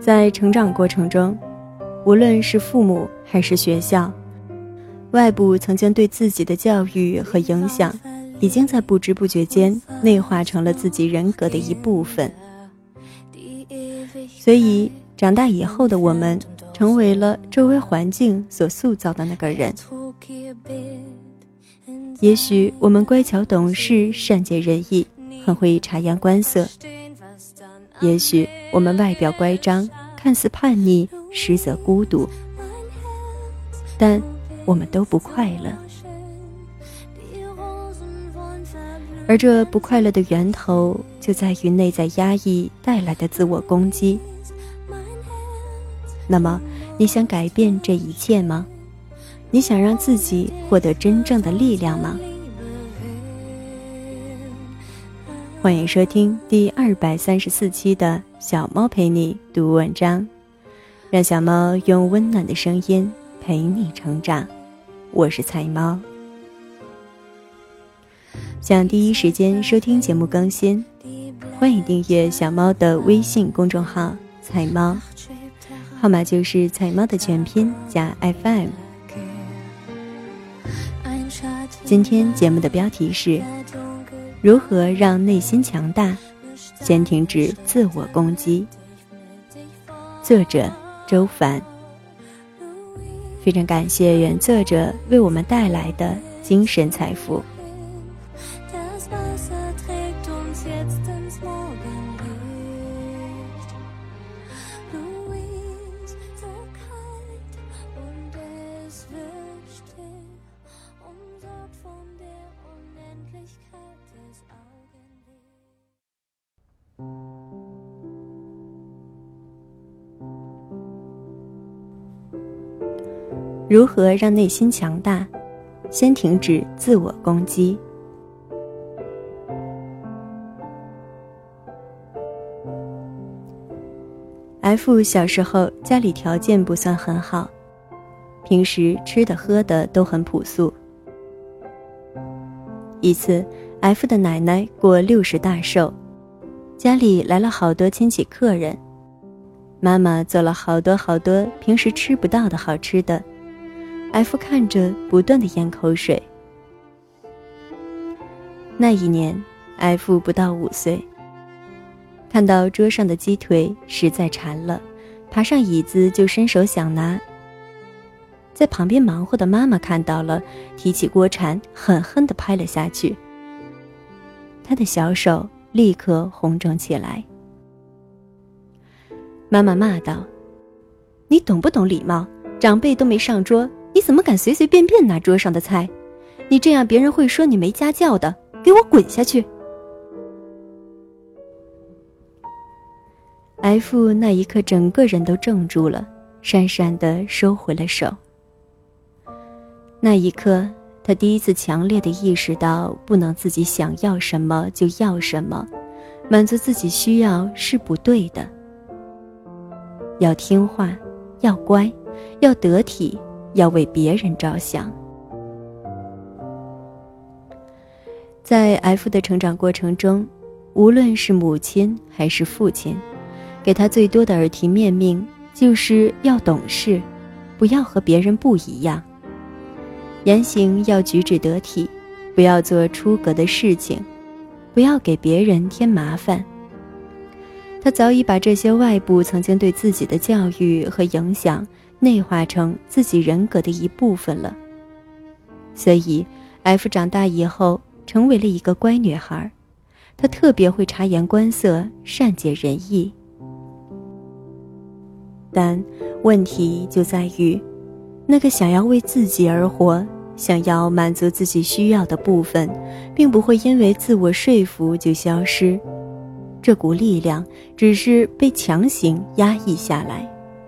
在成长过程中，无论是父母还是学校，外部曾经对自己的教育和影响，已经在不知不觉间内化成了自己人格的一部分。所以长大以后的我们，成为了周围环境所塑造的那个人。也许我们乖巧懂事，善解人意，很会察言观色；也许我们外表乖张，看似叛逆，实则孤独。但我们都不快乐，而这不快乐的源头就在于内在压抑带来的自我攻击。那么你想改变这一切吗？你想让自己获得真正的力量吗？欢迎收听第234期的小猫陪你读文章，让小猫用温暖的声音陪你成长。我是彩猫。想第一时间收听节目更新，欢迎订阅小猫的微信公众号彩猫，号码就是彩猫的全拼加 FM。 今天节目的标题是如何让内心强大，先停止自我攻击。作者周凡。非常感谢原作者为我们带来的精神财富。如何让内心强大？先停止自我攻击。F 小时候家里条件不算很好，平时吃的喝的都很朴素。一次 F 的奶奶过60大寿，家里来了好多亲戚客人，妈妈做了好多平时吃不到的好吃的，F 看着不断地咽口水。那一年 F 不到5岁，看到桌上的鸡腿实在馋了，爬上椅子就伸手想拿。在旁边忙活的妈妈看到了，提起锅铲狠狠地拍了下去，他的小手立刻红肿起来。妈妈骂道：你懂不懂礼貌？长辈都没上桌，你怎么敢随随便便拿桌上的菜？你这样别人会说你没家教的，给我滚下去。 F 那一刻整个人都怔住了，讪讪地收回了手。那一刻他第一次强烈地意识到，不能自己想要什么就要什么，满足自己需要是不对的。要听话，要乖，要得体，要为别人着想。在 F 的成长过程中，无论是母亲还是父亲，给他最多的耳提面命就是要懂事，不要和别人不一样，言行要举止得体，不要做出格的事情，不要给别人添麻烦。他早已把这些外部曾经对自己的教育和影响内化成自己人格的一部分了。所以 F 长大以后成为了一个乖女孩，她特别会察言观色，善解人意。但问题就在于，那个想要为自己而活，想要满足自己需要的部分，并不会因为自我说服就消失，这股力量只是被强行压抑下来，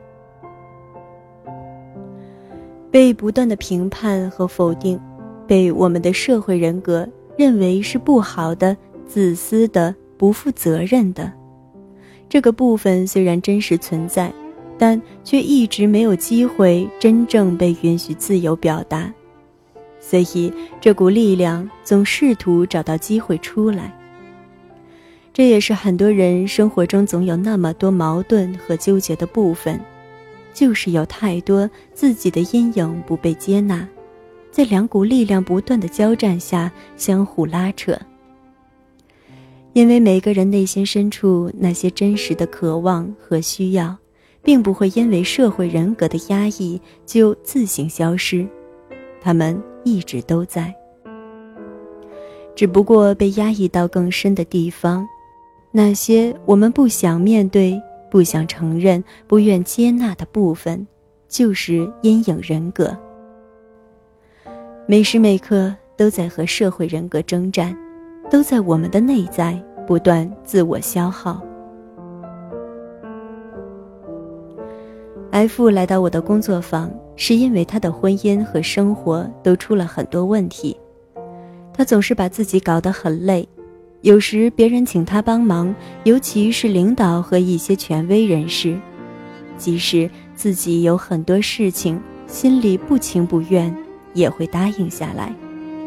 被不断的评判和否定，被我们的社会人格认为是不好的、自私的、不负责任的。这个部分虽然真实存在，但却一直没有机会真正被允许自由表达，所以这股力量总试图找到机会出来。 这也是很多人生活中总有那么多矛盾和纠结的部分，就是有太多自己的阴影不被接纳，在两股力量不断的交战下相互拉扯。因为每个人内心深处那些真实的渴望和需要，并不会因为社会人格的压抑就自行消失，他们一直都在，只不过被压抑到更深的地方，那些我们不想面对、不想承认、不愿接纳的部分，就是阴影人格。每时每刻都在和社会人格征战，都在我们的内在不断自我消耗。F 来到我的工作坊，是因为他的婚姻和生活都出了很多问题。他总是把自己搞得很累，有时别人请他帮忙，尤其是领导和一些权威人士，即使自己有很多事情，心里不情不愿，也会答应下来。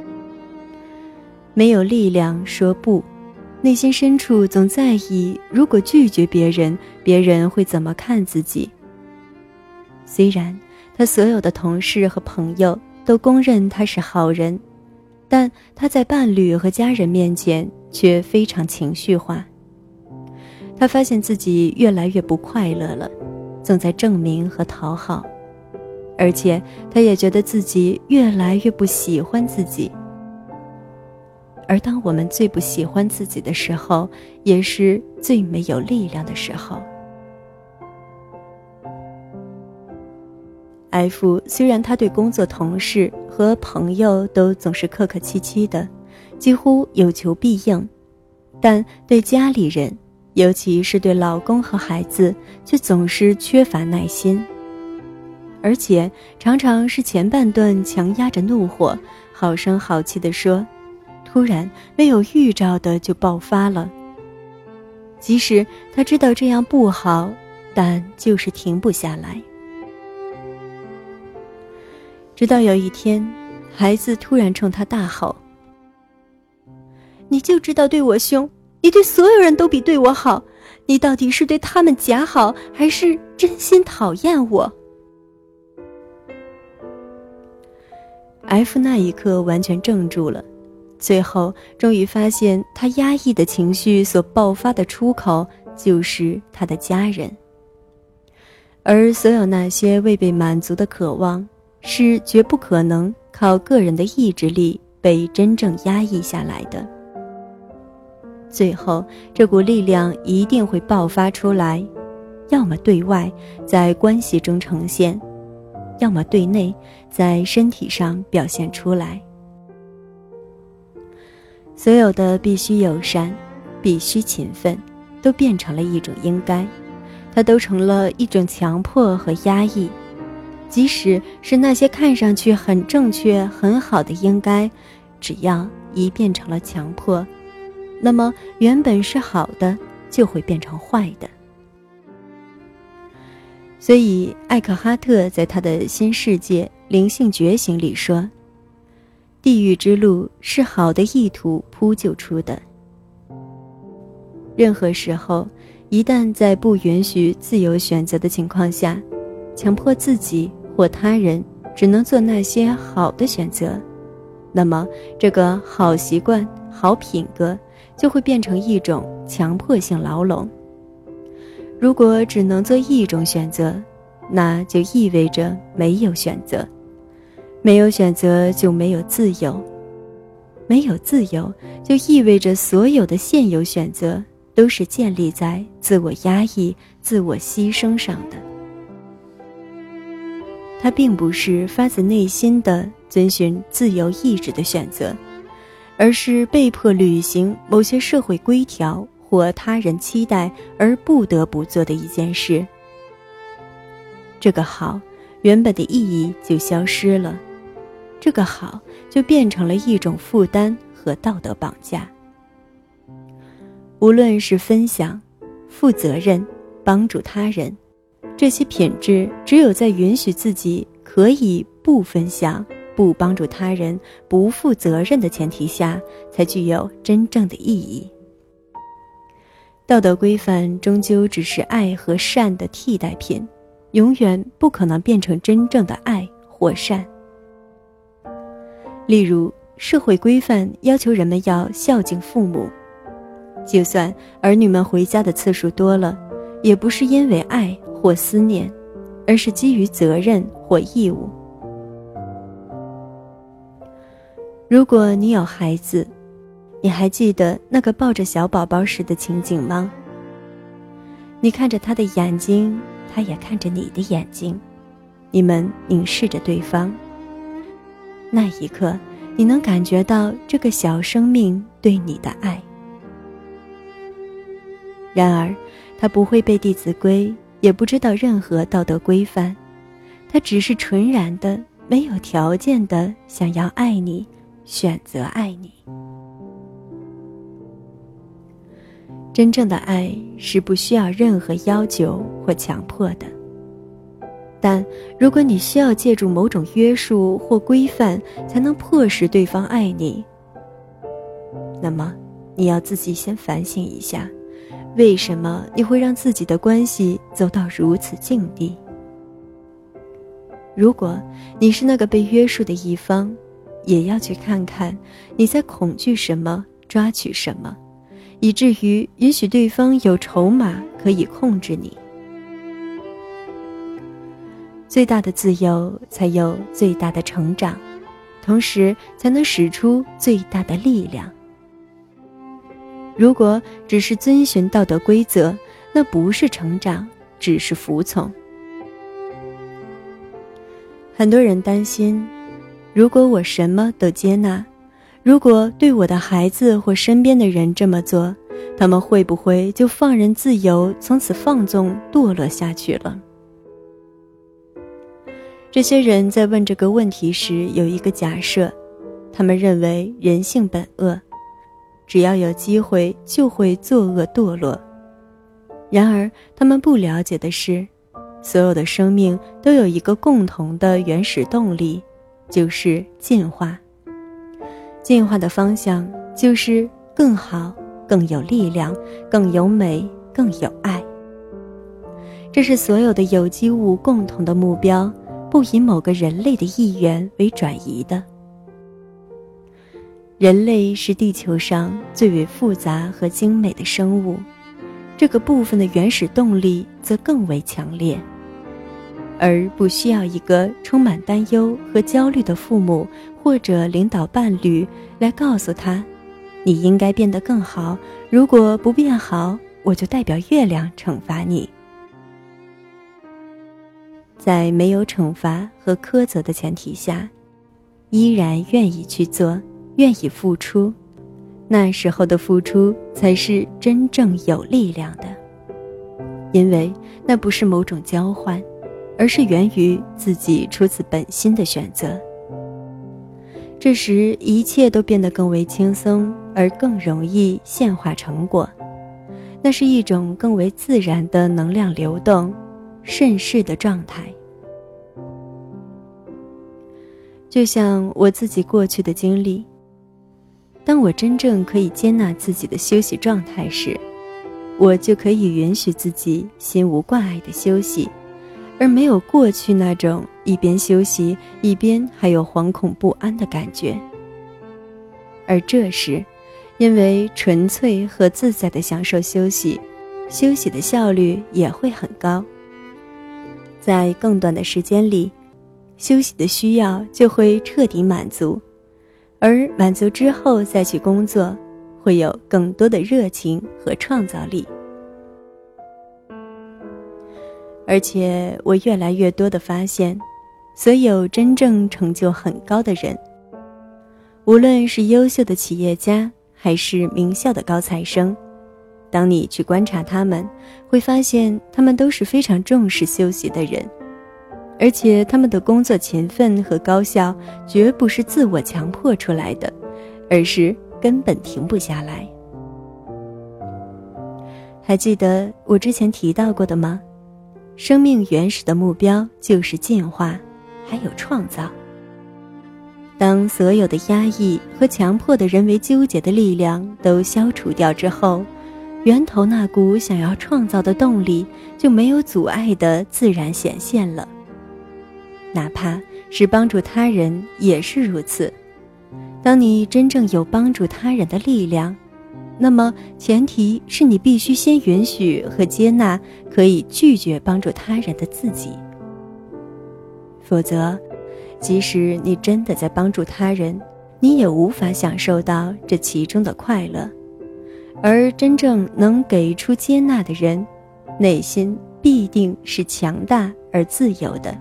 没有力量说不，内心深处总在意，如果拒绝别人，别人会怎么看自己。虽然他所有的同事和朋友都公认他是好人，但他在伴侣和家人面前却非常情绪化。他发现自己越来越不快乐了，总在证明和讨好，而且他也觉得自己越来越不喜欢自己。而当我们最不喜欢自己的时候，也是最没有力量的时候。F 虽然他对工作同事和朋友都总是客客气气的，几乎有求必应，但对家里人，尤其是对老公和孩子，却总是缺乏耐心，而且常常是前半段强压着怒火，好声好气地说，突然没有预兆的就爆发了。即使他知道这样不好，但就是停不下来。直到有一天，孩子突然冲他大吼，你就知道对我凶，你对所有人都比对我好，你到底是对他们假好，还是真心讨厌我？ F 那一刻完全怔住了，最后终于发现他压抑的情绪所爆发的出口就是他的家人，而所有那些未被满足的渴望是绝不可能靠个人的意志力被真正压抑下来的。最后这股力量一定会爆发出来，要么对外在关系中呈现，要么对内在身体上表现出来。所有的必须友善，必须勤奋，都变成了一种应该，它都成了一种强迫和压抑。即使是那些看上去很正确很好的应该，只要一变成了强迫，那么原本是好的就会变成坏的。所以艾克哈特在他的新世界灵性觉醒里说，地狱之路是好的意图铺就出的。任何时候，一旦在不允许自由选择的情况下，强迫自己或他人只能做那些好的选择，那么这个好习惯、好品格就会变成一种强迫性牢笼。如果只能做一种选择，那就意味着没有选择，没有选择就没有自由，没有自由就意味着所有的现有选择都是建立在自我压抑、自我牺牲上的。它并不是发自内心的遵循自由意志的选择，而是被迫履行某些社会规条或他人期待而不得不做的一件事。这个好原本的意义就消失了，这个好就变成了一种负担和道德绑架。无论是分享、负责任、帮助他人，这些品质只有在允许自己可以不分享、不帮助他人、不负责任的前提下，才具有真正的意义。 道德规范终究只是爱和善的替代品，永远不可能变成真正的爱或善。例如，社会规范要求人们要孝敬父母，就算儿女们回家的次数多了，也不是因为爱或思念，而是基于责任或义务。如果你有孩子，你还记得那个抱着小宝宝时的情景吗？你看着他的眼睛，他也看着你的眼睛，你们凝视着对方。那一刻，你能感觉到这个小生命对你的爱。然而，他不会背《弟子规》，也不知道任何道德规范，他只是纯然的、没有条件的想要爱你，选择爱你。真正的爱是不需要任何要求或强迫的，但如果你需要借助某种约束或规范才能迫使对方爱你，那么你要自己先反省一下，为什么你会让自己的关系走到如此境地？如果你是那个被约束的一方，也要去看看你在恐惧什么，抓取什么，以至于允许对方有筹码可以控制你。最大的自由才有最大的成长，同时才能使出最大的力量。如果只是遵循道德规则，那不是成长，只是服从。很多人担心，如果我什么都接纳，如果对我的孩子或身边的人这么做，他们会不会就放任自由，从此放纵堕落下去了？这些人在问这个问题时有一个假设，他们认为人性本恶，只要有机会就会作恶堕落。然而他们不了解的是，所有的生命都有一个共同的原始动力，就是进化。进化的方向就是更好，更有力量，更有美，更有爱。这是所有的有机物共同的目标，不以某个人类的意愿为转移的。人类是地球上最为复杂和精美的生物，这个部分的原始动力则更为强烈，而不需要一个充满担忧和焦虑的父母或者领导伴侣来告诉他，你应该变得更好，如果不变好，我就代表月亮惩罚你。在没有惩罚和苛责的前提下，依然愿意去做，愿意付出，那时候的付出才是真正有力量的，因为那不是某种交换，而是源于自己出自本心的选择。这时一切都变得更为轻松，而更容易现化成果，那是一种更为自然的能量流动，顺势的状态。就像我自己过去的经历，当我真正可以接纳自己的休息状态时，我就可以允许自己心无挂碍的休息，而没有过去那种一边休息一边还有惶恐不安的感觉。而这时，因为纯粹和自在的享受休息，休息的效率也会很高。在更短的时间里，休息的需要就会彻底满足，而满足之后再去工作，会有更多的热情和创造力。而且我越来越多地发现，所有真正成就很高的人，无论是优秀的企业家还是名校的高材生，当你去观察他们，会发现他们都是非常重视休息的人，而且他们的工作勤奋和高效绝不是自我强迫出来的，而是根本停不下来。还记得我之前提到过的吗？生命原始的目标就是进化，还有创造。当所有的压抑和强迫的人为纠结的力量都消除掉之后， 源头那股想要创造的动力就没有阻碍地自然显现了。哪怕是帮助他人也是如此。当你真正有帮助他人的力量，那么前提是你必须先允许和接纳可以拒绝帮助他人的自己。否则，即使你真的在帮助他人，你也无法享受到这其中的快乐。而真正能给出接纳的人，内心必定是强大而自由的。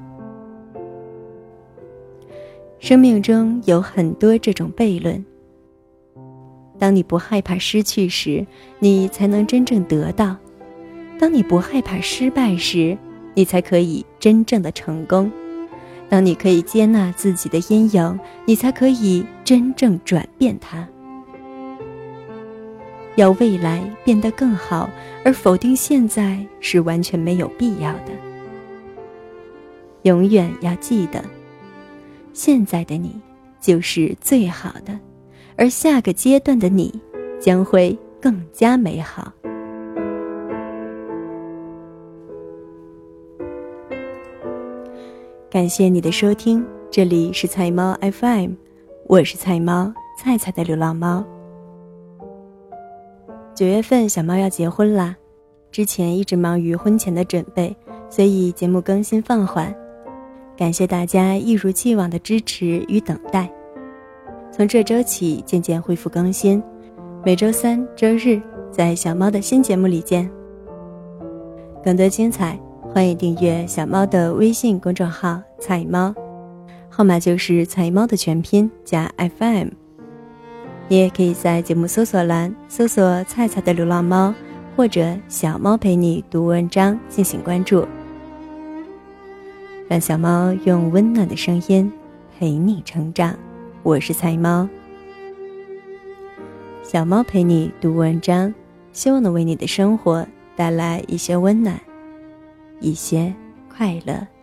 生命中有很多这种悖论。当你不害怕失去时，你才能真正得到；当你不害怕失败时，你才可以真正的成功；当你可以接纳自己的阴影，你才可以真正转变它。要未来变得更好，而否定现在是完全没有必要的。永远要记得，现在的你就是最好的，而下个阶段的你将会更加美好。感谢你的收听，这里是菜猫 FM， 我是菜猫，菜菜的流浪猫。9月份小猫要结婚啦，之前一直忙于婚前的准备，所以节目更新放缓。感谢大家一如既往的支持与等待。从这周起渐渐恢复更新，每周三、周日在小猫的新节目里见。更多精彩，欢迎订阅小猫的微信公众号菜猫，号码就是菜猫的全拼加 FM。你也可以在节目搜索栏搜索菜菜的流浪猫，或者小猫陪你读文章进行关注。让小猫用温暖的声音陪你成长，我是菜猫。小猫陪你读文章，希望能为你的生活带来一些温暖，一些快乐。